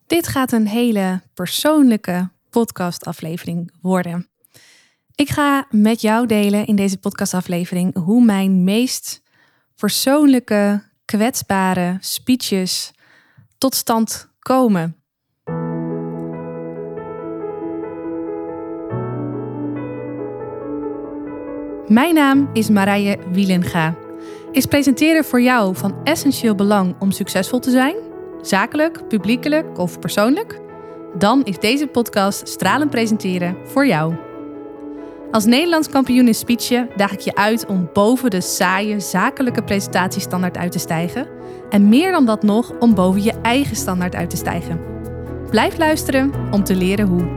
Dit gaat een hele persoonlijke podcastaflevering worden. Ik ga met jou delen in deze podcastaflevering hoe mijn meest persoonlijke, kwetsbare speeches tot stand komen. Mijn naam is Marije Wielenga. Is presenteren voor jou van essentieel belang om succesvol te zijn? Zakelijk, publiekelijk of persoonlijk? Dan is deze podcast Stralend Presenteren voor jou. Als Nederlands kampioen in speechen daag ik je uit om boven de saaie zakelijke presentatiestandaard uit te stijgen. En meer dan dat nog, om boven je eigen standaard uit te stijgen. Blijf luisteren om te leren hoe.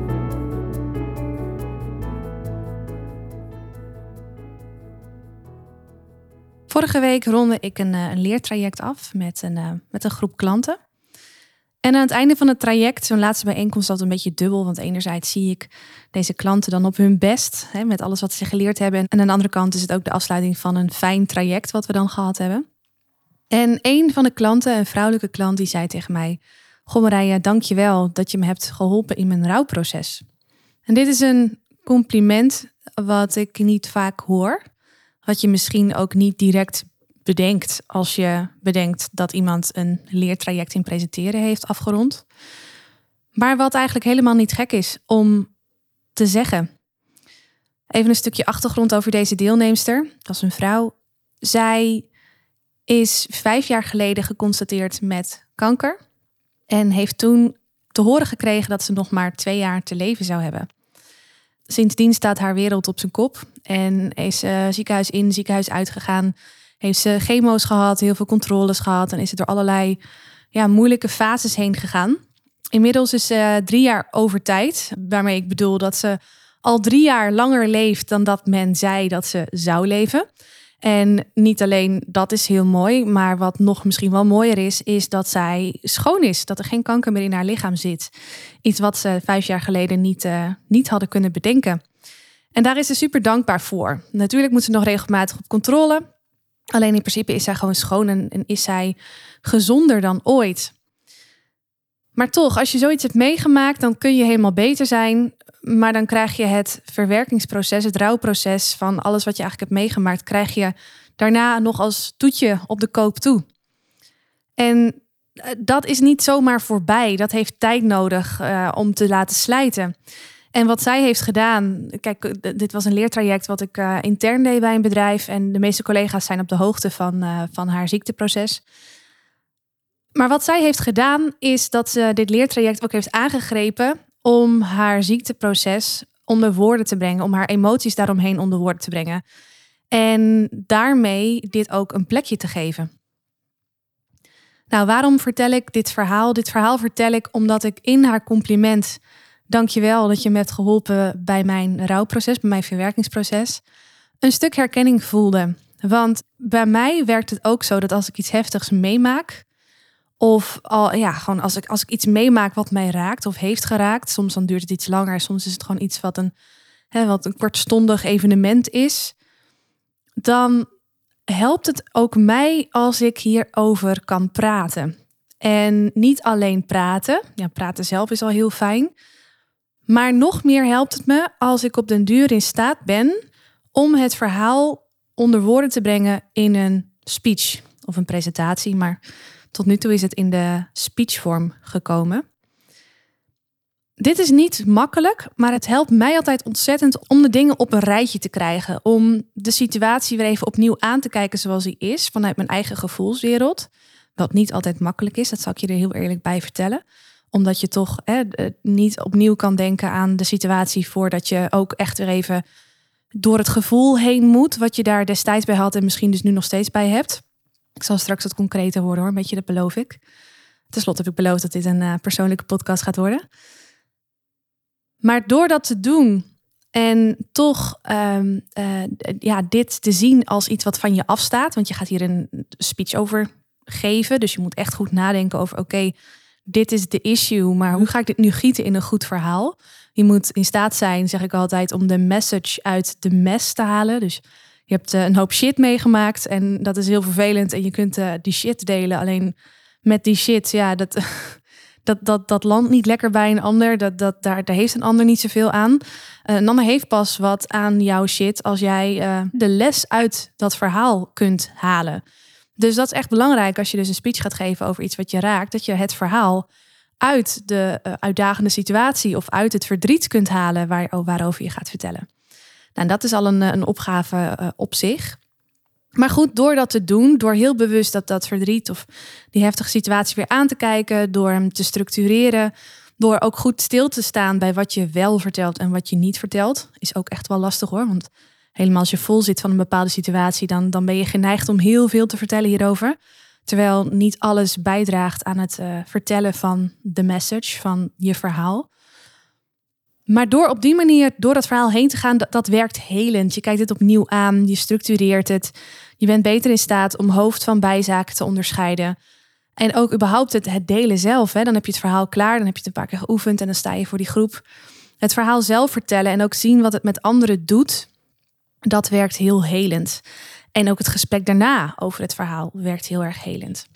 Vorige week ronde ik een leertraject af met een groep klanten. En aan het einde van het traject, zo'n laatste bijeenkomst, dat een beetje dubbel. Want enerzijds zie ik deze klanten dan op hun best, met alles wat ze geleerd hebben. En aan de andere kant is het ook de afsluiting van een fijn traject wat we dan gehad hebben. En een van de klanten, een vrouwelijke klant, die zei tegen mij: "Goh Marije, dank je wel dat je me hebt geholpen in mijn rouwproces." En dit is een compliment wat ik niet vaak hoor. Wat je misschien ook niet direct bedenkt als je bedenkt dat iemand een leertraject in presenteren heeft afgerond. Maar wat eigenlijk helemaal niet gek is om te zeggen. Even een stukje achtergrond over deze deelnemster. Dat is een vrouw. Zij is 5 jaar geleden geconstateerd met kanker. En heeft toen te horen gekregen dat ze nog maar 2 jaar te leven zou hebben. Sindsdien staat haar wereld op zijn kop. En is ziekenhuis in, ziekenhuis uitgegaan. Heeft ze chemo's gehad, heel veel controles gehad. En is het door allerlei moeilijke fases heen gegaan. Inmiddels is ze 3 jaar over tijd. Waarmee ik bedoel dat ze al 3 jaar langer leeft dan dat men zei dat ze zou leven. En niet alleen dat is heel mooi. Maar wat nog misschien wel mooier is dat zij schoon is. Dat er geen kanker meer in haar lichaam zit. Iets wat ze 5 jaar geleden niet hadden kunnen bedenken. En daar is ze super dankbaar voor. Natuurlijk moet ze nog regelmatig op controle. Alleen in principe is zij gewoon schoon en is zij gezonder dan ooit. Maar toch, als je zoiets hebt meegemaakt, dan kun je helemaal beter zijn. Maar dan krijg je het verwerkingsproces, het rouwproces van alles wat je eigenlijk hebt meegemaakt, krijg je daarna nog als toetje op de koop toe. En dat is niet zomaar voorbij. Dat heeft tijd nodig om te laten slijten. En wat zij heeft gedaan, kijk, dit was een leertraject wat ik intern deed bij een bedrijf. En de meeste collega's zijn op de hoogte van haar ziekteproces. Maar wat zij heeft gedaan is dat ze dit leertraject ook heeft aangegrepen om haar ziekteproces onder woorden te brengen. Om haar emoties daaromheen onder woorden te brengen. En daarmee dit ook een plekje te geven. Nou, waarom vertel ik dit verhaal? Dit verhaal vertel ik omdat ik in haar compliment: "Dank je wel dat je me hebt geholpen bij mijn rouwproces, bij mijn verwerkingsproces," een stuk herkenning voelde. Want bij mij werkt het ook zo dat als ik iets heftigs meemaak, of gewoon als ik iets meemaak wat mij raakt of heeft geraakt, soms dan duurt het iets langer, soms is het gewoon iets wat een kortstondig evenement is, dan helpt het ook mij als ik hierover kan praten. En niet alleen praten. Ja, praten zelf is al heel fijn. Maar nog meer helpt het me als ik op den duur in staat ben om het verhaal onder woorden te brengen in een speech of een presentatie. Maar tot nu toe is het in de speechvorm gekomen. Dit is niet makkelijk, maar het helpt mij altijd ontzettend om de dingen op een rijtje te krijgen. Om de situatie weer even opnieuw aan te kijken zoals die is, vanuit mijn eigen gevoelswereld. Wat niet altijd makkelijk is, dat zal ik je er heel eerlijk bij vertellen. Omdat je toch niet opnieuw kan denken aan de situatie voordat je ook echt weer even door het gevoel heen moet. Wat je daar destijds bij had en misschien dus nu nog steeds bij hebt. Ik zal straks wat concreter worden hoor, een beetje, dat beloof ik. Ten slotte heb ik beloofd dat dit een persoonlijke podcast gaat worden. Maar door dat te doen en toch dit te zien als iets wat van je afstaat. Want je gaat hier een speech over geven. Dus je moet echt goed nadenken over oké, dit is de issue, maar hoe ga ik dit nu gieten in een goed verhaal? Je moet in staat zijn, zeg ik altijd, om de message uit de mess te halen. Dus je hebt een hoop shit meegemaakt en dat is heel vervelend. En je kunt die shit delen, alleen met die shit, Dat landt niet lekker bij een ander. Daar heeft een ander niet zoveel aan. Een ander heeft pas wat aan jouw shit als jij de les uit dat verhaal kunt halen. Dus dat is echt belangrijk als je dus een speech gaat geven over iets wat je raakt. Dat je het verhaal uit de uitdagende situatie of uit het verdriet kunt halen waarover je gaat vertellen. Nou, dat is al een opgave op zich. Maar goed, door dat te doen, door heel bewust dat verdriet of die heftige situatie weer aan te kijken, door hem te structureren, door ook goed stil te staan bij wat je wel vertelt en wat je niet vertelt, is ook echt wel lastig hoor. Want helemaal als je vol zit van een bepaalde situatie, dan ben je geneigd om heel veel te vertellen hierover. Terwijl niet alles bijdraagt aan het vertellen van de message, van je verhaal. Maar door op die manier door dat verhaal heen te gaan, dat werkt helend. Je kijkt het opnieuw aan, je structureert het. Je bent beter in staat om hoofd van bijzaken te onderscheiden. En ook überhaupt het delen zelf. Hè. Dan heb je het verhaal klaar, dan heb je het een paar keer geoefend en dan sta je voor die groep. Het verhaal zelf vertellen en ook zien wat het met anderen doet, dat werkt heel helend. En ook het gesprek daarna over het verhaal werkt heel erg helend.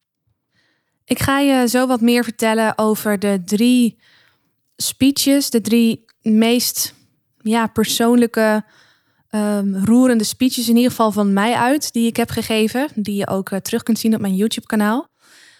Ik ga je zo wat meer vertellen over de 3 speeches, de 3 meest persoonlijke, roerende speeches in ieder geval van mij uit, die ik heb gegeven, die je ook terug kunt zien op mijn YouTube-kanaal.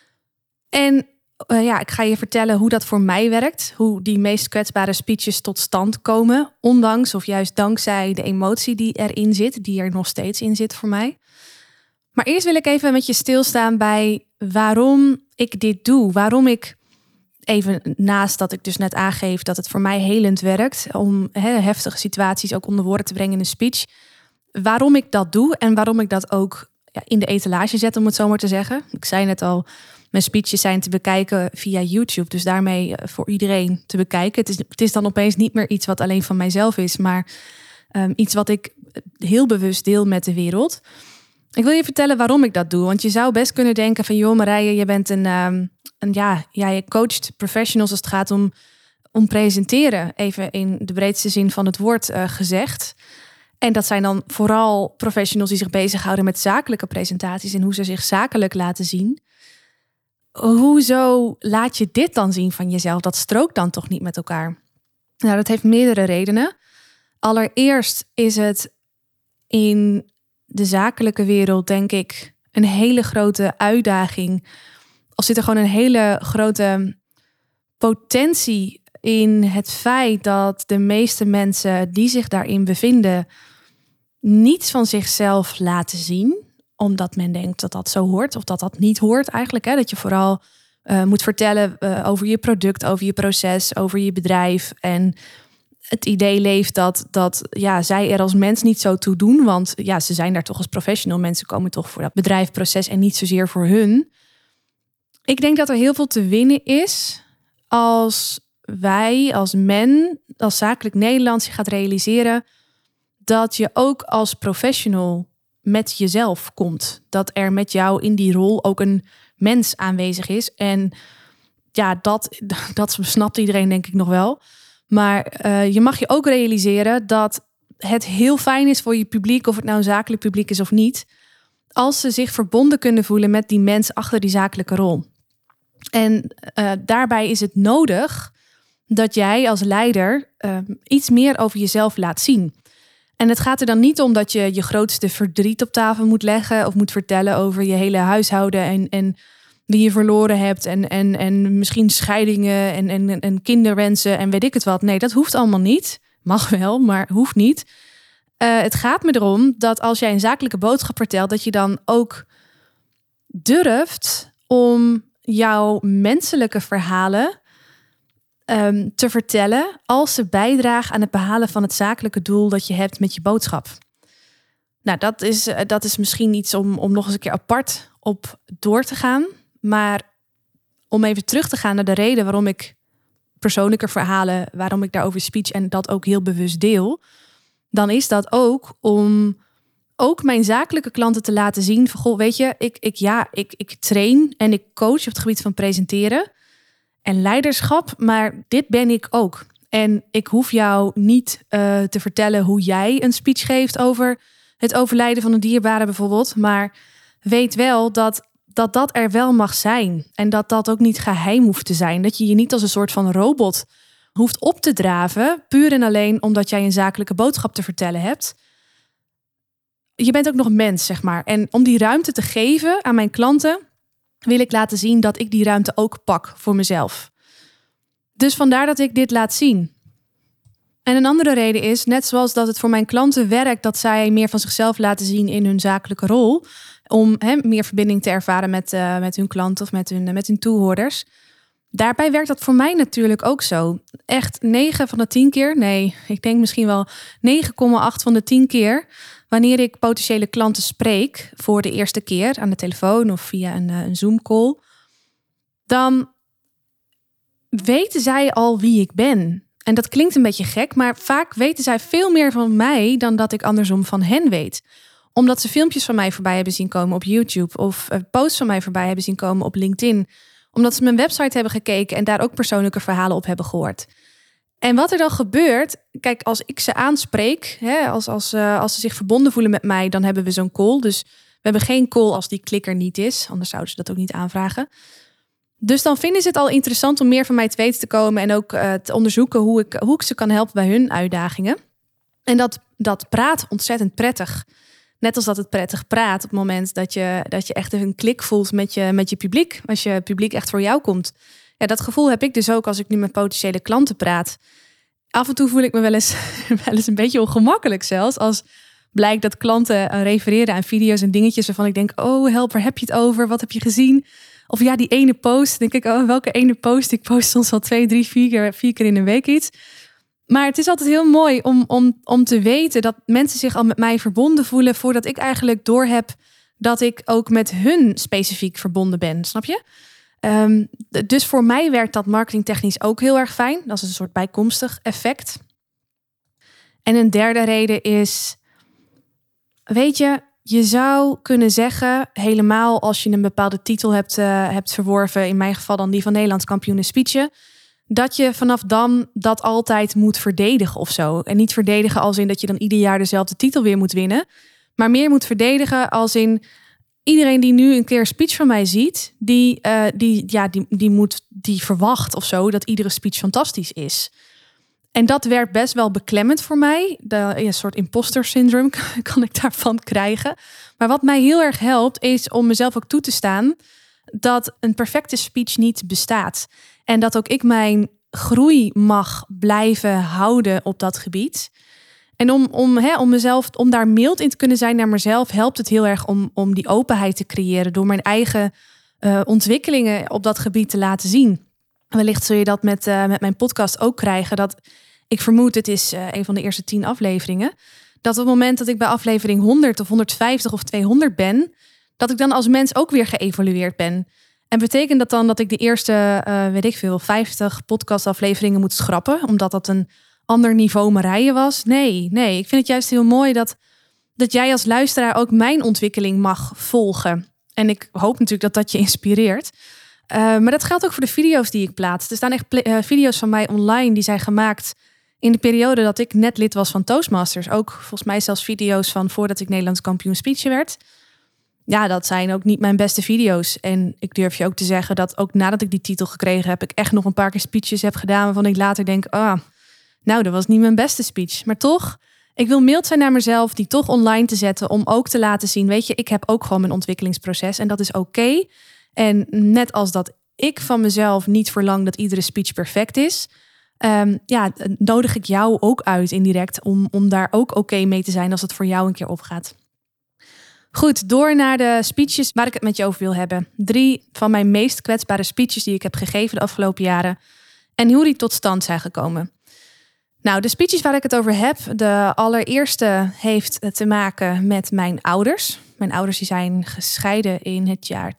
En ik ga je vertellen hoe dat voor mij werkt, hoe die meest kwetsbare speeches tot stand komen, ondanks of juist dankzij de emotie die erin zit, die er nog steeds in zit voor mij. Maar eerst wil ik even met je stilstaan bij waarom ik dit doe, waarom ik even naast dat ik dus net aangeef dat het voor mij helend werkt om heftige situaties ook onder woorden te brengen in een speech. Waarom ik dat doe en waarom ik dat ook in de etalage zet, om het zo maar te zeggen. Ik zei net al, mijn speeches zijn te bekijken via YouTube. Dus daarmee voor iedereen te bekijken. Het is dan opeens niet meer iets wat alleen van mijzelf is, maar iets wat ik heel bewust deel met de wereld. Ik wil je vertellen waarom ik dat doe. Want je zou best kunnen denken van, joh Marije, je bent je coacht professionals als het gaat om presenteren. Even in de breedste zin van het woord gezegd. En dat zijn dan vooral professionals die zich bezighouden met zakelijke presentaties en hoe ze zich zakelijk laten zien. Hoezo laat je dit dan zien van jezelf? Dat strookt dan toch niet met elkaar? Nou, dat heeft meerdere redenen. Allereerst is het in de zakelijke wereld, denk ik, een hele grote uitdaging. Of zit er gewoon een hele grote potentie in het feit dat de meeste mensen die zich daarin bevinden niets van zichzelf laten zien, omdat men denkt dat dat zo hoort of dat dat niet hoort eigenlijk. Hè? Dat je vooral moet vertellen over je product, over je proces, over je bedrijf. En het idee leeft dat zij er als mens niet zo toe doen, want ze zijn daar toch als professional. Mensen komen toch voor dat bedrijfproces en niet zozeer voor hun. Ik denk dat er heel veel te winnen is als wij, als men, als zakelijk Nederland zich gaat realiseren dat je ook als professional met jezelf komt. Dat er met jou in die rol ook een mens aanwezig is. En dat snapt iedereen denk ik nog wel. Maar je mag je ook realiseren dat het heel fijn is voor je publiek, of het nou een zakelijk publiek is of niet, als ze zich verbonden kunnen voelen met die mens achter die zakelijke rol. En daarbij is het nodig dat jij als leider iets meer over jezelf laat zien. En het gaat er dan niet om dat je je grootste verdriet op tafel moet leggen of moet vertellen over je hele huishouden en wie je verloren hebt en misschien scheidingen en kinderwensen en weet ik het wat. Nee, dat hoeft allemaal niet. Mag wel, maar hoeft niet. Het gaat me erom dat als jij een zakelijke boodschap vertelt, dat je dan ook durft om jouw menselijke verhalen te vertellen als ze bijdragen aan het behalen van het zakelijke doel dat je hebt met je boodschap. Nou, dat is misschien iets om nog eens een keer apart op door te gaan. Maar om even terug te gaan naar de reden waarom ik persoonlijke verhalen, waarom ik daarover speech en dat ook heel bewust deel, dan is dat ook om ook mijn zakelijke klanten te laten zien van, goh, weet je, ik train en ik coach op het gebied van presenteren en leiderschap, maar dit ben ik ook. En ik hoef jou niet te vertellen hoe jij een speech geeft over het overlijden van een dierbare bijvoorbeeld, maar weet wel dat dat er wel mag zijn. En dat ook niet geheim hoeft te zijn. Dat je je niet als een soort van robot hoeft op te draven, puur en alleen omdat jij een zakelijke boodschap te vertellen hebt. Je bent ook nog mens, zeg maar. En om die ruimte te geven aan mijn klanten, wil ik laten zien dat ik die ruimte ook pak voor mezelf. Dus vandaar dat ik dit laat zien. En een andere reden is, net zoals dat het voor mijn klanten werkt, dat zij meer van zichzelf laten zien in hun zakelijke rol, om meer verbinding te ervaren met hun klanten of met hun toehoorders. Daarbij werkt dat voor mij natuurlijk ook zo. Echt 9 van de 10 keer, nee, ik denk misschien wel 9,8 van de 10 keer, wanneer ik potentiële klanten spreek voor de eerste keer aan de telefoon of via een Zoom-call, dan weten zij al wie ik ben. En dat klinkt een beetje gek, maar vaak weten zij veel meer van mij dan dat ik andersom van hen weet. Omdat ze filmpjes van mij voorbij hebben zien komen op YouTube of posts van mij voorbij hebben zien komen op LinkedIn. Omdat ze mijn website hebben gekeken en daar ook persoonlijke verhalen op hebben gehoord. En wat er dan gebeurt, kijk, als ik ze aanspreek, als ze zich verbonden voelen met mij, dan hebben we zo'n call. Dus we hebben geen call als die klikker niet is, anders zouden ze dat ook niet aanvragen. Dus dan vinden ze het al interessant om meer van mij te weten te komen en ook te onderzoeken hoe ik ze kan helpen bij hun uitdagingen. En dat praat ontzettend prettig. Net als dat het prettig praat op het moment dat je echt een klik voelt met je publiek. Als je publiek echt voor jou komt. Ja, dat gevoel heb ik dus ook als ik nu met potentiële klanten praat. Af en toe voel ik me wel eens een beetje ongemakkelijk zelfs. Als blijkt dat klanten refereren aan video's en dingetjes waarvan ik denk, oh help, waar heb je het over? Wat heb je gezien? Of ja, die ene post. Denk ik, oh, welke ene post? Ik post soms al 2, 3, 4 keer in een week iets. Maar het is altijd heel mooi om te weten dat mensen zich al met mij verbonden voelen voordat ik eigenlijk doorheb dat ik ook met hun specifiek verbonden ben. Snap je? Dus voor mij werkt dat marketingtechnisch ook heel erg fijn. Dat is een soort bijkomstig effect. En een derde reden is, weet je, je zou kunnen zeggen, helemaal als je een bepaalde titel hebt verworven, in mijn geval dan die van Nederlands kampioen in speechen, dat je vanaf dan dat altijd moet verdedigen of zo. En niet verdedigen als in dat je dan ieder jaar dezelfde titel weer moet winnen, maar meer moet verdedigen als in iedereen die nu een keer een speech van mij ziet, die verwacht of zo dat iedere speech fantastisch is. En dat werkt best wel beklemmend voor mij. Een soort imposter syndroom kan ik daarvan krijgen. Maar wat mij heel erg helpt is om mezelf ook toe te staan dat een perfecte speech niet bestaat. En dat ook ik mijn groei mag blijven houden op dat gebied. En om daar mild in te kunnen zijn naar mezelf, helpt het heel erg om die openheid te creëren door mijn eigen ontwikkelingen op dat gebied te laten zien. Wellicht zul je dat met mijn podcast ook krijgen. Dat ik vermoed, het is een van de eerste 10 afleveringen. Dat op het moment dat ik bij aflevering 100 of 150 of 200 ben, dat ik dan als mens ook weer geëvolueerd ben. En betekent dat dan dat ik de eerste, 50 podcastafleveringen moet schrappen, omdat dat een ander niveau Marije was? Nee. Ik vind het juist heel mooi dat jij als luisteraar ook mijn ontwikkeling mag volgen. En ik hoop natuurlijk dat je inspireert. Maar dat geldt ook voor de video's die ik plaats. Er staan echt video's van mij online die zijn gemaakt in de periode dat ik net lid was van Toastmasters. Ook volgens mij zelfs video's van voordat ik Nederlands kampioen speechen werd. Ja, dat zijn ook niet mijn beste video's. En ik durf je ook te zeggen dat ook nadat ik die titel gekregen heb, ik echt nog een paar keer speeches heb gedaan waarvan ik later denk, dat was niet mijn beste speech. Maar toch, ik wil mild zijn naar mezelf, die toch online te zetten om ook te laten zien, weet je, ik heb ook gewoon mijn ontwikkelingsproces en dat is oké. En net als dat ik van mezelf niet verlang dat iedere speech perfect is, nodig ik jou ook uit indirect om daar ook oké mee te zijn als het voor jou een keer opgaat. Goed, door naar de speeches waar ik het met je over wil hebben. 3 van mijn meest kwetsbare speeches die ik heb gegeven de afgelopen jaren en hoe die tot stand zijn gekomen. Nou, de speeches waar ik het over heb, de allereerste heeft te maken met mijn ouders. Mijn ouders die zijn gescheiden in het jaar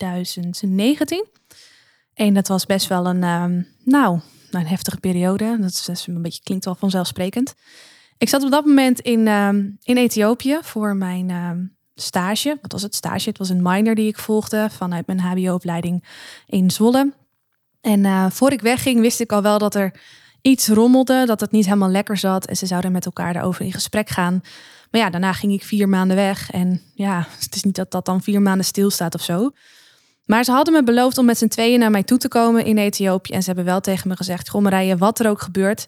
2019. En dat was best wel een heftige periode. Dat is een beetje, klinkt wel vanzelfsprekend. Ik zat op dat moment in Ethiopië voor mijn stage. Wat was het stage? Het was een minor die ik volgde vanuit mijn hbo-opleiding in Zwolle. En voor ik wegging wist ik al wel dat er iets rommelde, dat het niet helemaal lekker zat. En ze zouden met elkaar daarover in gesprek gaan. Maar ja, daarna ging ik 4 maanden weg. En ja, het is niet dat dat dan 4 maanden stilstaat of zo. Maar ze hadden me beloofd om met z'n tweeën naar mij toe te komen in Ethiopië. En ze hebben wel tegen me gezegd, goh Marije, wat er ook gebeurt,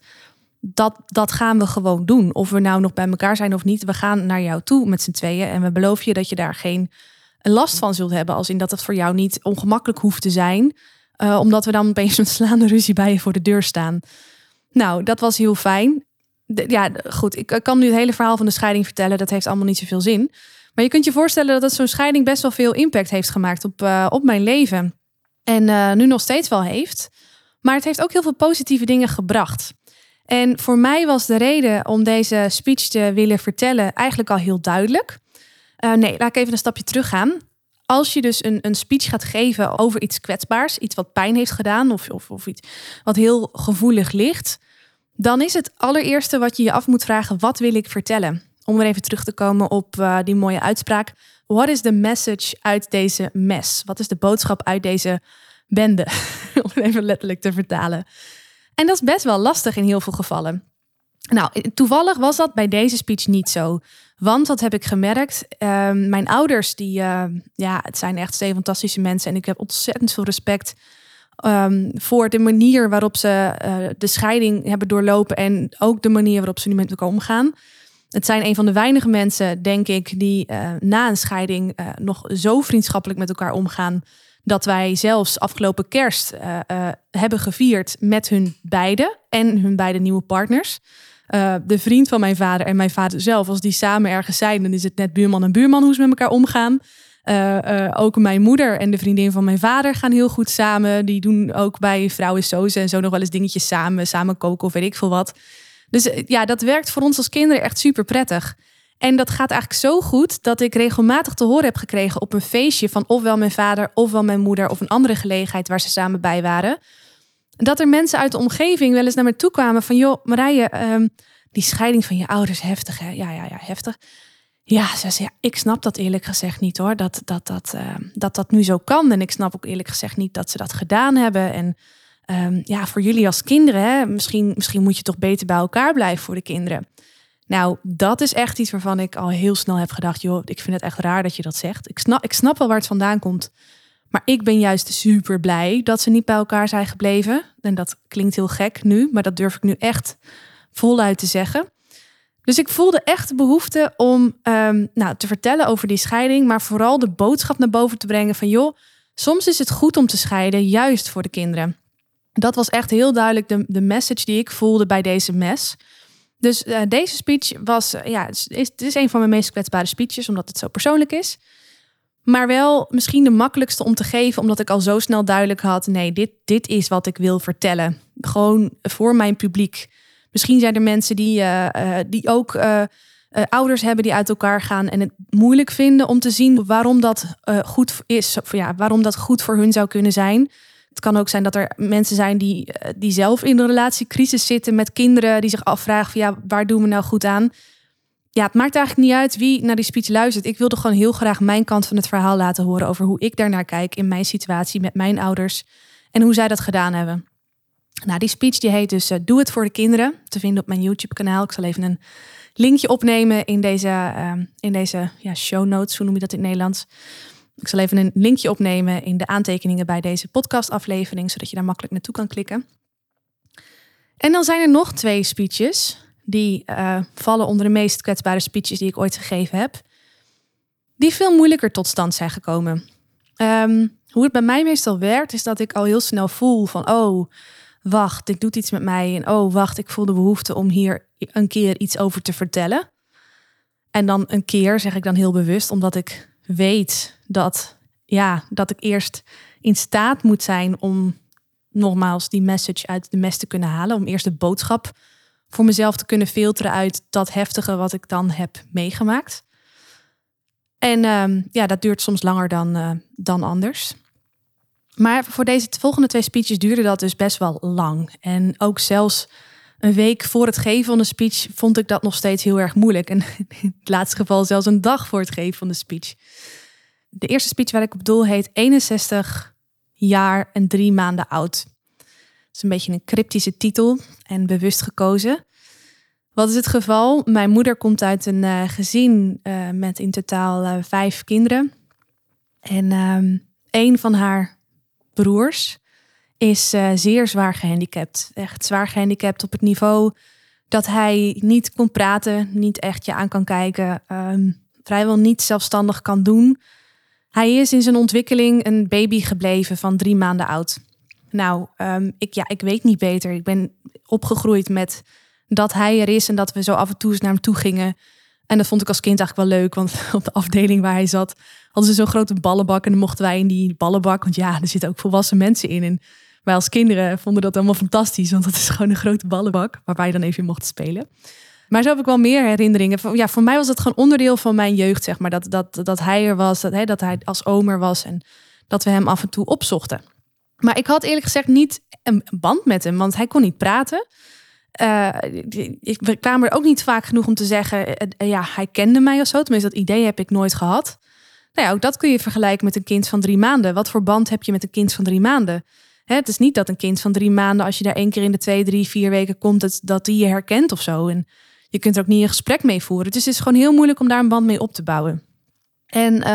dat gaan we gewoon doen. Of we nou nog bij elkaar zijn of niet, we gaan naar jou toe met z'n tweeën. En we beloven je dat je daar geen last van zult hebben. Als in dat het voor jou niet ongemakkelijk hoeft te zijn. Omdat we dan opeens met slaande ruzie bij je voor de deur staan. Nou, dat was heel fijn. Goed, ik kan nu het hele verhaal van de scheiding vertellen. Dat heeft allemaal niet zoveel zin. Maar je kunt je voorstellen dat zo'n scheiding best wel veel impact heeft gemaakt op mijn leven. En nu nog steeds wel heeft. Maar het heeft ook heel veel positieve dingen gebracht. En voor mij was de reden om deze speech te willen vertellen eigenlijk al heel duidelijk. Laat ik even een stapje terug gaan. Als je dus een speech gaat geven over iets kwetsbaars, iets wat pijn heeft gedaan of iets wat heel gevoelig ligt, dan is het allereerste wat je je af moet vragen, wat wil ik vertellen? Om weer even terug te komen op die mooie uitspraak. What is the message uit deze mess? Wat is de boodschap uit deze bende? Om het even letterlijk te vertalen. En dat is best wel lastig in heel veel gevallen. Nou, toevallig was dat bij deze speech niet zo. Want wat heb ik gemerkt? Mijn ouders, het zijn echt twee fantastische mensen. En ik heb ontzettend veel respect voor de manier waarop ze de scheiding hebben doorlopen. En ook de manier waarop ze nu met elkaar omgaan. Het zijn een van de weinige mensen, denk ik, die na een scheiding nog zo vriendschappelijk met elkaar omgaan, dat wij zelfs afgelopen kerst hebben gevierd met hun beiden en hun beide nieuwe partners. De vriend van mijn vader en mijn vader zelf, als die samen ergens zijn, dan is het net buurman en buurman hoe ze met elkaar omgaan. Ook mijn moeder en de vriendin van mijn vader gaan heel goed samen. Die doen ook bij Vrouwen Sozen en zo nog wel eens dingetjes samen koken of weet ik veel wat. Dus dat werkt voor ons als kinderen echt super prettig. En dat gaat eigenlijk zo goed dat ik regelmatig te horen heb gekregen op een feestje van ofwel mijn vader, ofwel mijn moeder of een andere gelegenheid waar ze samen bij waren. Dat er mensen uit de omgeving wel eens naar me toe kwamen van, joh, Marije, die scheiding van je ouders, heftig hè? Ja, heftig. Ja, ze zei, ik snap dat eerlijk gezegd niet hoor, dat nu zo kan. En ik snap ook eerlijk gezegd niet dat ze dat gedaan hebben. En voor jullie als kinderen, hè, misschien moet je toch beter bij elkaar blijven voor de kinderen. Nou, dat is echt iets waarvan ik al heel snel heb gedacht, joh, ik vind het echt raar dat je dat zegt. Ik snap wel waar het vandaan komt. Maar ik ben juist super blij dat ze niet bij elkaar zijn gebleven. En dat klinkt heel gek nu, maar dat durf ik nu echt voluit te zeggen. Dus ik voelde echt de behoefte om te vertellen over die scheiding, maar vooral de boodschap naar boven te brengen van, joh, soms is het goed om te scheiden, juist voor de kinderen. Dat was echt heel duidelijk de message die ik voelde bij deze mes. Dus deze speech het is een van mijn meest kwetsbare speeches, omdat het zo persoonlijk is. Maar wel misschien de makkelijkste om te geven, omdat ik al zo snel duidelijk had, nee, dit is wat ik wil vertellen. Gewoon voor mijn publiek. Misschien zijn er mensen die ook ouders hebben die uit elkaar gaan en het moeilijk vinden om te zien waarom dat goed is. Waarom dat goed voor hun zou kunnen zijn. Het kan ook zijn dat er mensen zijn die zelf in een relatiecrisis zitten met kinderen, die zich afvragen van, waar doen we nou goed aan? Ja, het maakt eigenlijk niet uit wie naar die speech luistert. Ik wilde gewoon heel graag mijn kant van het verhaal laten horen over hoe ik daarnaar kijk in mijn situatie met mijn ouders en hoe zij dat gedaan hebben. Nou, die speech die heet dus Doe het voor de kinderen, te vinden op mijn YouTube-kanaal. Ik zal even een linkje opnemen in deze show notes, hoe noem je dat in het Nederlands? Ik zal even een linkje opnemen in de aantekeningen bij deze podcastaflevering, zodat je daar makkelijk naartoe kan klikken. En dan zijn er nog 2 speeches die vallen onder de meest kwetsbare speeches die ik ooit gegeven heb, die veel moeilijker tot stand zijn gekomen. Hoe het bij mij meestal werkt, is dat ik al heel snel voel van, oh, wacht, dit doet iets met mij. En oh, wacht, ik voel de behoefte om hier een keer iets over te vertellen. En dan een keer, zeg ik dan heel bewust, omdat ik weet dat ik eerst in staat moet zijn om nogmaals die message uit de mess te kunnen halen. Om eerst de boodschap voor mezelf te kunnen filteren uit dat heftige wat ik dan heb meegemaakt. En dat duurt soms langer dan anders. Maar voor deze volgende 2 speeches duurde dat dus best wel lang. En ook zelfs een week voor het geven van de speech vond ik dat nog steeds heel erg moeilijk. En in het laatste geval zelfs een dag voor het geven van de speech. De eerste speech waar ik op doel heet 61 jaar en 3 maanden oud. Dat is een beetje een cryptische titel en bewust gekozen. Wat is het geval? Mijn moeder komt uit een gezin met in totaal 5 kinderen. En een van haar broers is zeer zwaar gehandicapt. Echt zwaar gehandicapt op het niveau dat hij niet kon praten, niet echt je aan kan kijken, vrijwel niet zelfstandig kan doen. Hij is in zijn ontwikkeling een baby gebleven van 3 maanden oud. Nou, ik weet niet beter. Ik ben opgegroeid met dat hij er is en dat we zo af en toe eens naar hem toe gingen. En dat vond ik als kind eigenlijk wel leuk, want op de afdeling waar hij zat hadden ze zo'n grote ballenbak en dan mochten wij in die ballenbak, want ja, er zitten ook volwassen mensen in. En wij als kinderen vonden dat allemaal fantastisch, want dat is gewoon een grote ballenbak waar wij dan even in mochten spelen. Maar zo heb ik wel meer herinneringen. Ja, voor mij was het gewoon onderdeel van mijn jeugd, zeg maar. Dat hij er was, dat hij als oom was en dat we hem af en toe opzochten. Maar ik had eerlijk gezegd niet een band met hem, want hij kon niet praten. We kwamen er ook niet vaak genoeg om te zeggen, hij kende mij of zo. Tenminste, dat idee heb ik nooit gehad. Nou ja, ook dat kun je vergelijken met een kind van 3 maanden. Wat voor band heb je met een kind van 3 maanden? Het is niet dat een kind van 3 maanden, als je daar 1 keer in de 2, 3, 4 weken komt, dat die je herkent of zo. En je kunt er ook niet een gesprek mee voeren. Dus het is gewoon heel moeilijk om daar een band mee op te bouwen. En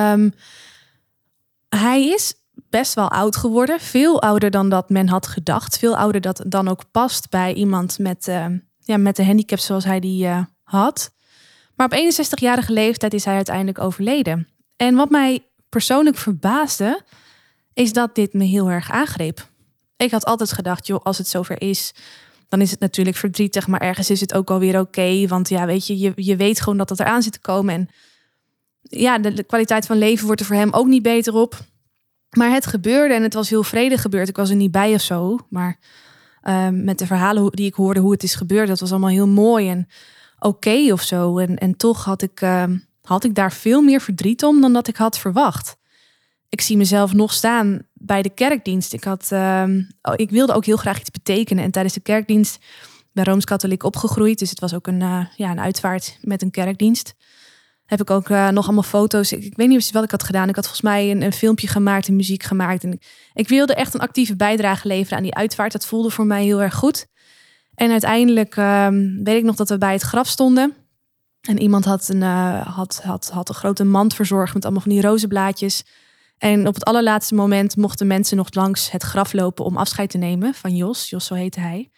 hij is best wel oud geworden. Veel ouder dan dat men had gedacht. Veel ouder dat dan ook past bij iemand met de handicap zoals hij die had. Maar op 61-jarige leeftijd is hij uiteindelijk overleden. En wat mij persoonlijk verbaasde, is dat dit me heel erg aangreep. Ik had altijd gedacht, joh, als het zover is, dan is het natuurlijk verdrietig, maar ergens is het ook alweer oké. Want ja, weet je weet gewoon dat het eraan zit te komen. En ja, de kwaliteit van leven wordt er voor hem ook niet beter op. Maar het gebeurde en het was heel vredig gebeurd. Ik was er niet bij of zo. Maar met de verhalen die ik hoorde hoe het is gebeurd, dat was allemaal heel mooi en oké of zo. En toch had ik daar veel meer verdriet om dan dat ik had verwacht. Ik zie mezelf nog staan bij de kerkdienst. Ik wilde ook heel graag iets betekenen. En tijdens de kerkdienst, ben Rooms-Katholiek opgegroeid. Dus het was ook een uitvaart met een kerkdienst. Heb ik ook nog allemaal foto's. Ik weet niet wat ik had gedaan. Ik had volgens mij een filmpje gemaakt en muziek gemaakt. En ik wilde echt een actieve bijdrage leveren aan die uitvaart. Dat voelde voor mij heel erg goed. En uiteindelijk weet ik nog dat we bij het graf stonden. En iemand had een grote mand verzorgd met allemaal van die rozenblaadjes. En op het allerlaatste moment mochten mensen nog langs het graf lopen om afscheid te nemen van Jos. Jos, zo heette hij.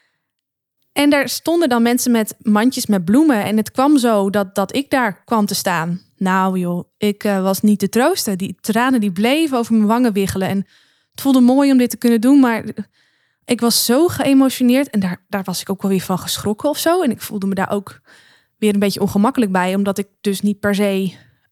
En daar stonden dan mensen met mandjes met bloemen. En het kwam zo dat ik daar kwam te staan. Nou joh, ik was niet te troosten. Die tranen die bleven over mijn wangen wiggelen. En het voelde mooi om dit te kunnen doen. Maar ik was zo geëmotioneerd. En daar was ik ook wel weer van geschrokken of zo. En ik voelde me daar ook weer een beetje ongemakkelijk bij. Omdat ik dus niet per se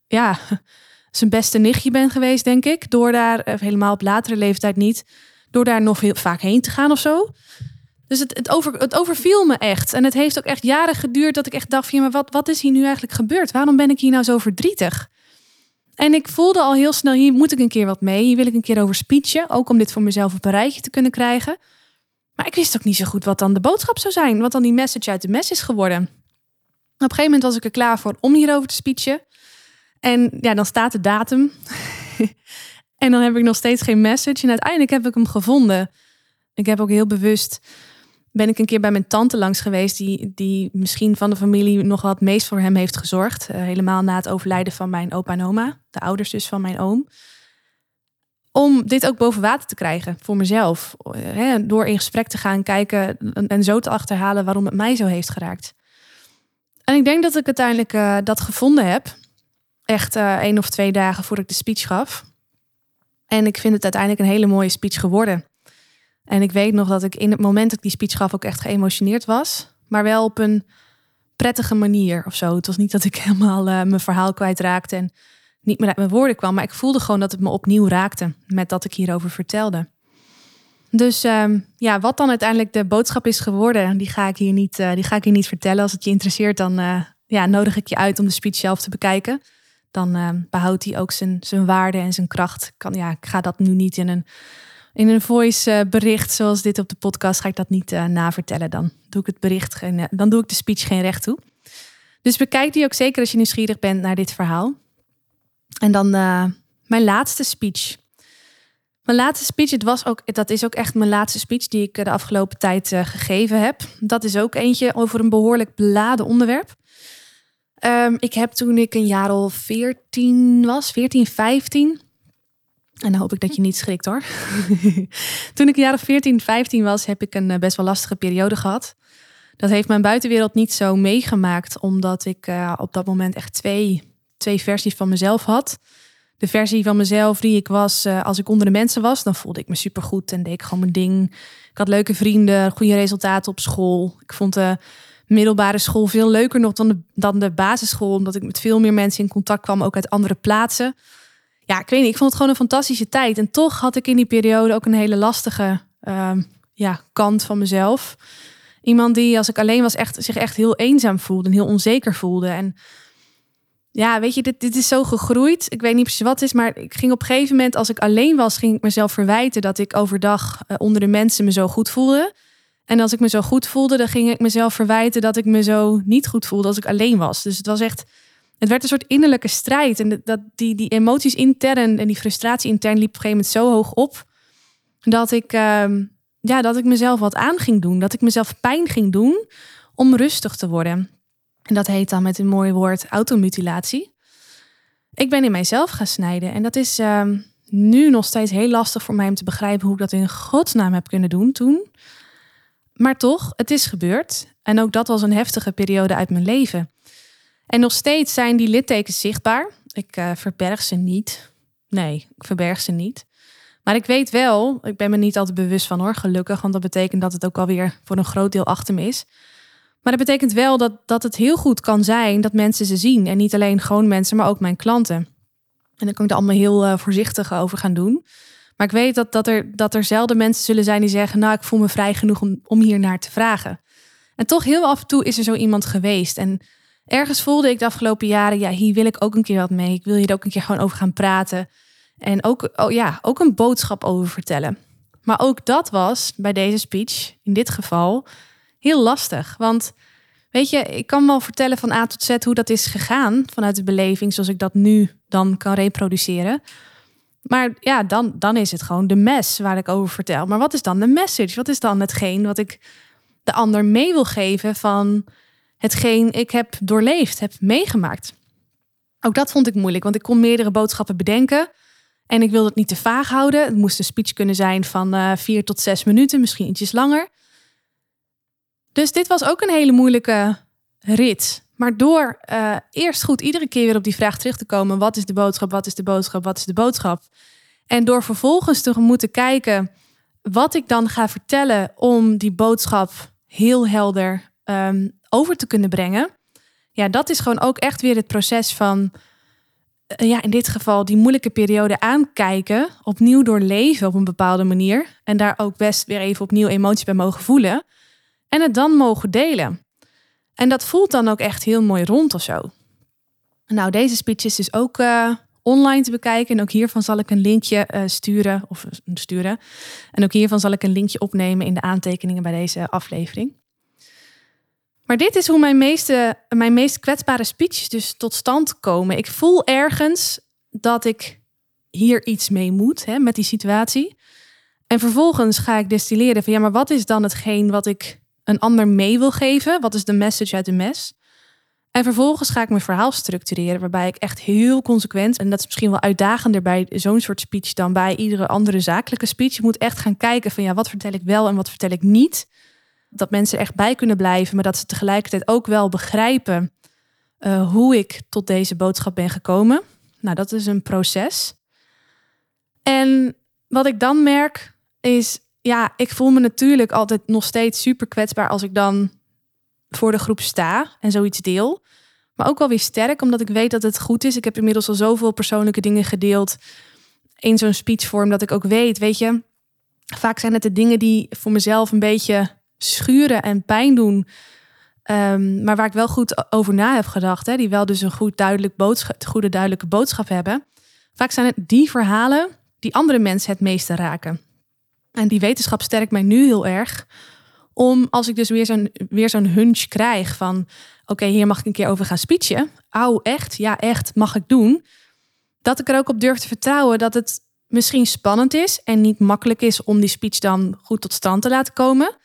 zijn beste nichtje ben geweest, denk ik. Door daar, helemaal op latere leeftijd niet. Door daar nog heel vaak heen te gaan of zo. Dus het overviel me echt. En het heeft ook echt jaren geduurd dat ik echt dacht van, ja, maar wat is hier nu eigenlijk gebeurd? Waarom ben ik hier nou zo verdrietig? En ik voelde al heel snel, hier moet ik een keer wat mee. Hier wil ik een keer over speechen. Ook om dit voor mezelf op een rijtje te kunnen krijgen. Maar ik wist ook niet zo goed wat dan de boodschap zou zijn. Wat dan die message uit de mes is geworden. Op een gegeven moment was ik er klaar voor om hierover te speechen. En ja, dan staat de datum. En dan heb ik nog steeds geen message. En uiteindelijk heb ik hem gevonden. Ik heb ook heel bewust, ben ik een keer bij mijn tante langs geweest, die misschien van de familie nog wel het meest voor hem heeft gezorgd. Helemaal na het overlijden van mijn opa en oma, de ouders dus van mijn oom. Om dit ook boven water te krijgen voor mezelf. Door in gesprek te gaan kijken en zo te achterhalen waarom het mij zo heeft geraakt. En ik denk dat ik uiteindelijk dat gevonden heb. Echt 1 of 2 dagen voordat ik de speech gaf. En ik vind het uiteindelijk een hele mooie speech geworden. En ik weet nog dat ik in het moment dat ik die speech gaf ook echt geëmotioneerd was. Maar wel op een prettige manier of zo. Het was niet dat ik helemaal mijn verhaal kwijtraakte en niet meer uit mijn woorden kwam. Maar ik voelde gewoon dat het me opnieuw raakte met dat ik hierover vertelde. Dus wat dan uiteindelijk de boodschap is geworden, die ga ik hier niet vertellen. Als het je interesseert, dan nodig ik je uit om de speech zelf te bekijken. Dan behoudt hij ook zijn waarde en zijn kracht. Ik ga dat nu niet in een voice bericht zoals dit op de podcast, ga ik dat niet navertellen. Dan doe ik het bericht dan doe ik de speech geen recht toe. Dus bekijk die ook zeker als je nieuwsgierig bent naar dit verhaal. En dan mijn laatste speech. Mijn laatste speech, dat is ook echt mijn laatste speech die ik de afgelopen tijd gegeven heb. Dat is ook eentje over een behoorlijk beladen onderwerp. Ik heb toen ik een jaar of 14 was, 14, 15... En dan hoop ik dat je niet schrikt hoor. Toen ik een jaar of 14, 15 was, heb ik een best wel lastige periode gehad. Dat heeft mijn buitenwereld niet zo meegemaakt, omdat ik op dat moment echt twee versies van mezelf had. De versie van mezelf die ik was als ik onder de mensen was, dan voelde ik me supergoed en deed ik gewoon mijn ding. Ik had leuke vrienden, goede resultaten op school. Ik vond de middelbare school veel leuker nog dan de basisschool, omdat ik met veel meer mensen in contact kwam, ook uit andere plaatsen. Ja, ik weet niet, ik vond het gewoon een fantastische tijd. En toch had ik in die periode ook een hele lastige kant van mezelf. Iemand die, als ik alleen was, zich echt heel eenzaam voelde en heel onzeker voelde. En ja, weet je, dit is zo gegroeid. Ik weet niet precies wat het is, maar ik ging op een gegeven moment, als ik alleen was, ging ik mezelf verwijten dat ik overdag onder de mensen me zo goed voelde. En als ik me zo goed voelde, dan ging ik mezelf verwijten dat ik me zo niet goed voelde als ik alleen was. Dus het werd een soort innerlijke strijd. En die emoties intern en die frustratie intern liep op een gegeven moment zo hoog op, dat ik mezelf wat aan ging doen. Dat ik mezelf pijn ging doen om rustig te worden. En dat heet dan met een mooi woord automutilatie. Ik ben in mijzelf gaan snijden. En dat is nu nog steeds heel lastig voor mij om te begrijpen hoe ik dat in godsnaam heb kunnen doen toen. Maar toch, het is gebeurd. En ook dat was een heftige periode uit mijn leven. En nog steeds zijn die littekens zichtbaar. Ik verberg ze niet. Nee, ik verberg ze niet. Maar ik weet wel, ik ben me niet altijd bewust van hoor, gelukkig. Want dat betekent dat het ook alweer voor een groot deel achter me is. Maar dat betekent wel dat het heel goed kan zijn dat mensen ze zien. En niet alleen gewoon mensen, maar ook mijn klanten. En dan kan ik er allemaal heel voorzichtig over gaan doen. Maar ik weet dat er zelden mensen zullen zijn die zeggen, nou, ik voel me vrij genoeg om hier naar te vragen. En toch heel af en toe is er zo iemand geweest. En ergens voelde ik de afgelopen jaren, ja, hier wil ik ook een keer wat mee. Ik wil hier ook een keer gewoon over gaan praten. En ook een boodschap over vertellen. Maar ook dat was bij deze speech, in dit geval, heel lastig. Want weet je, ik kan wel vertellen van A tot Z hoe dat is gegaan vanuit de beleving, zoals ik dat nu dan kan reproduceren. Maar ja, dan is het gewoon de mes waar ik over vertel. Maar wat is dan de message? Wat is dan hetgeen wat ik de ander mee wil geven van hetgeen ik heb doorleefd, heb meegemaakt? Ook dat vond ik moeilijk, want ik kon meerdere boodschappen bedenken. En ik wilde het niet te vaag houden. Het moest een speech kunnen zijn van 4 tot 6 minuten, misschien ietsjes langer. Dus dit was ook een hele moeilijke rit. Maar door eerst goed iedere keer weer op die vraag terug te komen, wat is de boodschap, wat is de boodschap, wat is de boodschap? En door vervolgens te moeten kijken wat ik dan ga vertellen om die boodschap heel helder over te kunnen brengen. Ja, dat is gewoon ook echt weer het proces van, in dit geval die moeilijke periode aankijken, opnieuw doorleven op een bepaalde manier. En daar ook best weer even opnieuw emoties bij mogen voelen. En het dan mogen delen. En dat voelt dan ook echt heel mooi rond of zo. Nou, deze speech is dus ook online te bekijken. En ook hiervan zal ik een linkje sturen. En ook hiervan zal ik een linkje opnemen in de aantekeningen bij deze aflevering. Maar dit is hoe mijn meest kwetsbare speeches dus tot stand komen. Ik voel ergens dat ik hier iets mee moet, met die situatie. En vervolgens ga ik destilleren van, ja, maar wat is dan hetgeen wat ik een ander mee wil geven? Wat is de message uit de mes? En vervolgens ga ik mijn verhaal structureren, waarbij ik echt heel consequent, en dat is misschien wel uitdagender bij zo'n soort speech dan bij iedere andere zakelijke speech. Je moet echt gaan kijken van, ja, wat vertel ik wel en wat vertel ik niet? Dat mensen er echt bij kunnen blijven, maar dat ze tegelijkertijd ook wel begrijpen hoe ik tot deze boodschap ben gekomen. Nou, dat is een proces. En wat ik dan merk is, ja, ik voel me natuurlijk altijd nog steeds super kwetsbaar als ik dan voor de groep sta en zoiets deel. Maar ook wel weer sterk, omdat ik weet dat het goed is. Ik heb inmiddels al zoveel persoonlijke dingen gedeeld in zo'n speechvorm, dat ik ook weet je, vaak zijn het de dingen die voor mezelf een beetje schuren en pijn doen. Maar waar ik wel goed over na heb gedacht, die wel dus een goede duidelijke boodschap hebben. Vaak zijn het die verhalen die andere mensen het meeste raken. En die wetenschap sterkt mij nu heel erg om, als ik dus weer zo'n hunch krijg van, oké, hier mag ik een keer over gaan speechen. Echt? Ja, echt, mag ik doen. Dat ik er ook op durf te vertrouwen dat het misschien spannend is en niet makkelijk is om die speech dan goed tot stand te laten komen.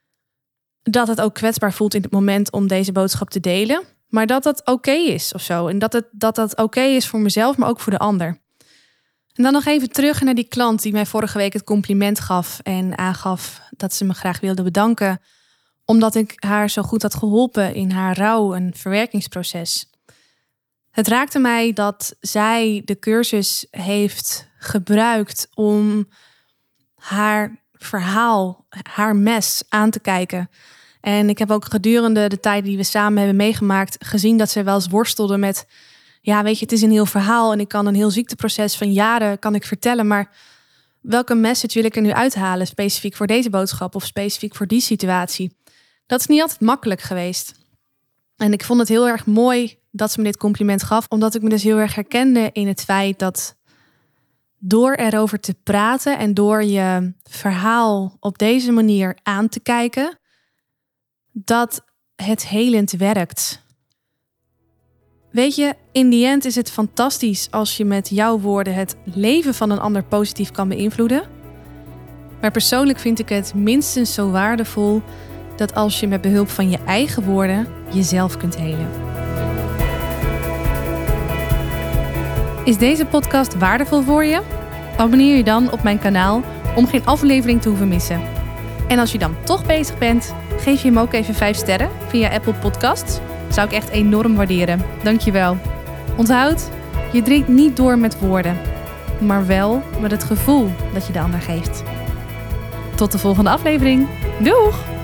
Dat het ook kwetsbaar voelt in het moment om deze boodschap te delen. Maar dat dat oké is of zo. En dat oké is voor mezelf, maar ook voor de ander. En dan nog even terug naar die klant die mij vorige week het compliment gaf en aangaf dat ze me graag wilde bedanken, omdat ik haar zo goed had geholpen in haar rouw- en verwerkingsproces. Het raakte mij dat zij de cursus heeft gebruikt om haar verhaal, haar mes aan te kijken. En ik heb ook gedurende de tijd die we samen hebben meegemaakt gezien dat zij wel eens worstelde met, ja, weet je, het is een heel verhaal en ik kan een heel ziekteproces van jaren kan ik vertellen, maar welke message wil ik er nu uithalen, specifiek voor deze boodschap of specifiek voor die situatie? Dat is niet altijd makkelijk geweest. En ik vond het heel erg mooi dat ze me dit compliment gaf, omdat ik me dus heel erg herkende in het feit dat door erover te praten en door je verhaal op deze manier aan te kijken, dat het helend werkt. Weet je, in die end is het fantastisch als je met jouw woorden het leven van een ander positief kan beïnvloeden. Maar persoonlijk vind ik het minstens zo waardevol dat als je met behulp van je eigen woorden jezelf kunt helen. Is deze podcast waardevol voor je? Abonneer je dan op mijn kanaal om geen aflevering te hoeven missen. En als je dan toch bezig bent, geef je hem ook even 5 sterren via Apple Podcasts. Zou ik echt enorm waarderen. Dankjewel. Onthoud, je drinkt niet door met woorden, maar wel met het gevoel dat je de ander geeft. Tot de volgende aflevering. Doeg!